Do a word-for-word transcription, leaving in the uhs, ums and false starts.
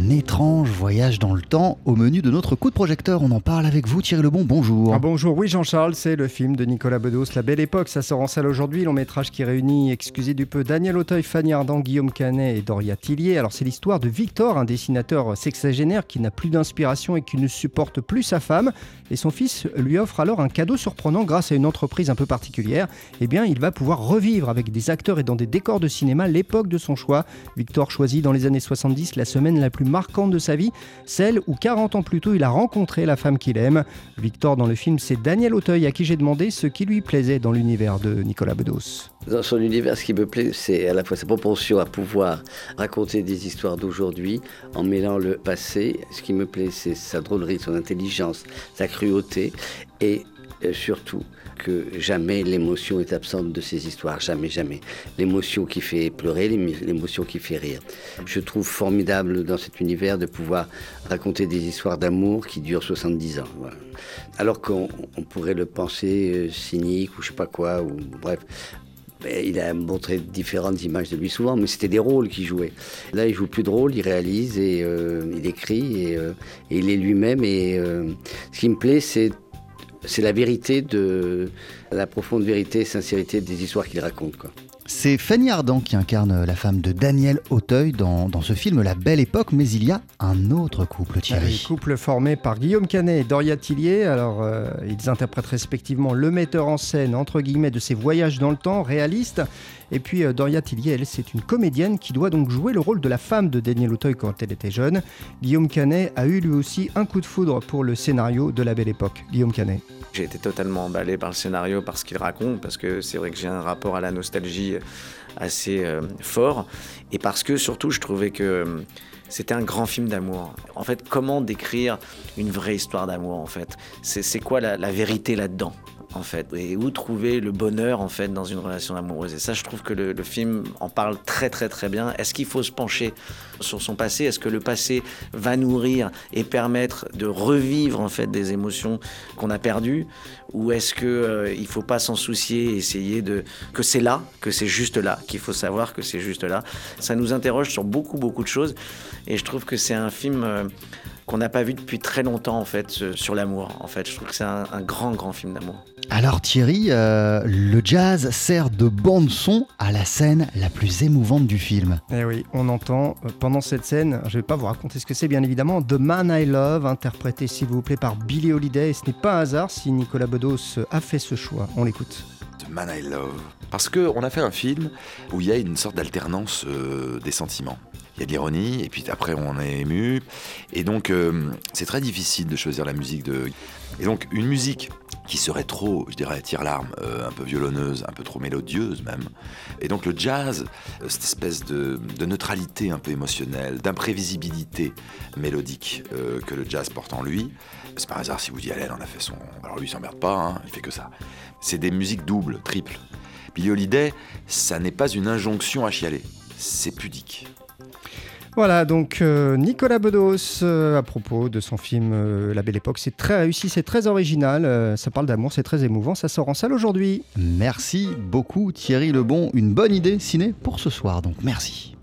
Un étrange voyage dans le temps au menu de notre coup de projecteur. On en parle avec vous, Thierry Lebon, bonjour. Ah bonjour, oui Jean-Charles, c'est le film de Nicolas Bedos, La Belle Époque. Ça sort en salle aujourd'hui, long métrage qui réunit, excusez du peu, Daniel Auteuil, Fanny Ardant, Guillaume Canet et Doria Tillier. Alors c'est l'histoire de Victor, un dessinateur sexagénaire qui n'a plus d'inspiration et qui ne supporte plus sa femme. Et son fils lui offre alors un cadeau surprenant grâce à une entreprise un peu particulière. Eh bien, il va pouvoir revivre avec des acteurs et dans des décors de cinéma l'époque de son choix. Victor choisit dans les années soixante-dix la semaine la plus marquante de sa vie, celle où quarante ans plus tôt il a rencontré la femme qu'il aime. Victor dans le film, c'est Daniel Auteuil à qui j'ai demandé ce qui lui plaisait dans l'univers de Nicolas Bedos. Dans son univers, ce qui me plaît, c'est à la fois sa propension à pouvoir raconter des histoires d'aujourd'hui en mêlant le passé. Ce qui me plaît, c'est sa drôlerie, son intelligence, sa cruauté et euh, surtout que jamais l'émotion est absente de ces histoires, jamais, jamais. L'émotion qui fait pleurer, l'émotion qui fait rire. Je trouve formidable dans cet univers de pouvoir raconter des histoires d'amour qui durent soixante-dix ans. Voilà. Alors qu'on on pourrait le penser euh, cynique ou je sais pas quoi, ou bref. Il a montré différentes images de lui souvent, mais c'était des rôles qu'il jouait. Là, il joue plus de rôles, il réalise et euh, il écrit et, euh, et il est lui-même. Et euh, ce qui me plaît, c'est c'est la vérité de la profonde vérité et sincérité des histoires qu'il raconte, quoi. C'est Fanny Ardant qui incarne la femme de Daniel Auteuil dans, dans ce film La Belle Époque, mais il y a un autre couple, Thierry. Un couple formé par Guillaume Canet et Doria Tillier. Alors, euh, ils interprètent respectivement le metteur en scène, entre guillemets, de ces voyages dans le temps réalistes. Et puis euh, Doria Tillier, elle, c'est une comédienne qui doit donc jouer le rôle de la femme de Daniel Auteuil quand elle était jeune. Guillaume Canet a eu lui aussi un coup de foudre pour le scénario de La Belle Époque. Guillaume Canet. J'ai été totalement emballé par le scénario, par ce qu'il raconte, parce que c'est vrai que j'ai un rapport à la nostalgie assez euh, fort, et parce que surtout je trouvais que euh, c'était un grand film d'amour. En fait, comment décrire une vraie histoire d'amour en fait ? C'est, c'est quoi la, la vérité là-dedans ? En fait, et où trouver le bonheur en fait dans une relation amoureuse. Et ça, je trouve que le, le film en parle très très très bien. Est-ce qu'il faut se pencher sur son passé ? Est-ce que le passé va nourrir et permettre de revivre en fait des émotions qu'on a perdues ? Ou est-ce que euh, il faut pas s'en soucier et essayer de que c'est là, que c'est juste là, qu'il faut savoir que c'est juste là. Ça nous interroge sur beaucoup beaucoup de choses. Et je trouve que c'est un film euh, qu'on n'a pas vu depuis très longtemps en fait sur l'amour. En fait, je trouve que c'est un, un grand grand film d'amour. Alors Thierry, euh, le jazz sert de bande-son à la scène la plus émouvante du film. Eh oui, on entend euh, pendant cette scène, je ne vais pas vous raconter ce que c'est bien évidemment, The Man I Love, interprété s'il vous plaît par Billie Holiday. Et ce n'est pas un hasard si Nicolas Bedos a fait ce choix. On l'écoute. The Man I Love. Parce qu'on a fait un film où il y a une sorte d'alternance euh, des sentiments. Il y a de l'ironie, et puis après on est ému. Et donc, euh, c'est très difficile de choisir la musique de... Et donc, une musique qui serait trop, je dirais, tire-larme, euh, un peu violonneuse, un peu trop mélodieuse même. Et donc, le jazz, euh, cette espèce de, de neutralité un peu émotionnelle, d'imprévisibilité mélodique euh, que le jazz porte en lui. C'est pas un hasard si Woody Allen en a fait son... Alors lui, il s'emmerde pas, hein, il fait que ça. C'est des musiques doubles, triples. Billie Holiday, ça n'est pas une injonction à chialer, c'est pudique. Voilà, donc euh, Nicolas Bedos, euh, à propos de son film euh, La Belle Époque, c'est très réussi, c'est très original, euh, ça parle d'amour, c'est très émouvant, ça sort en salle aujourd'hui. Merci beaucoup Thierry Lebon, une bonne idée ciné pour ce soir, donc merci.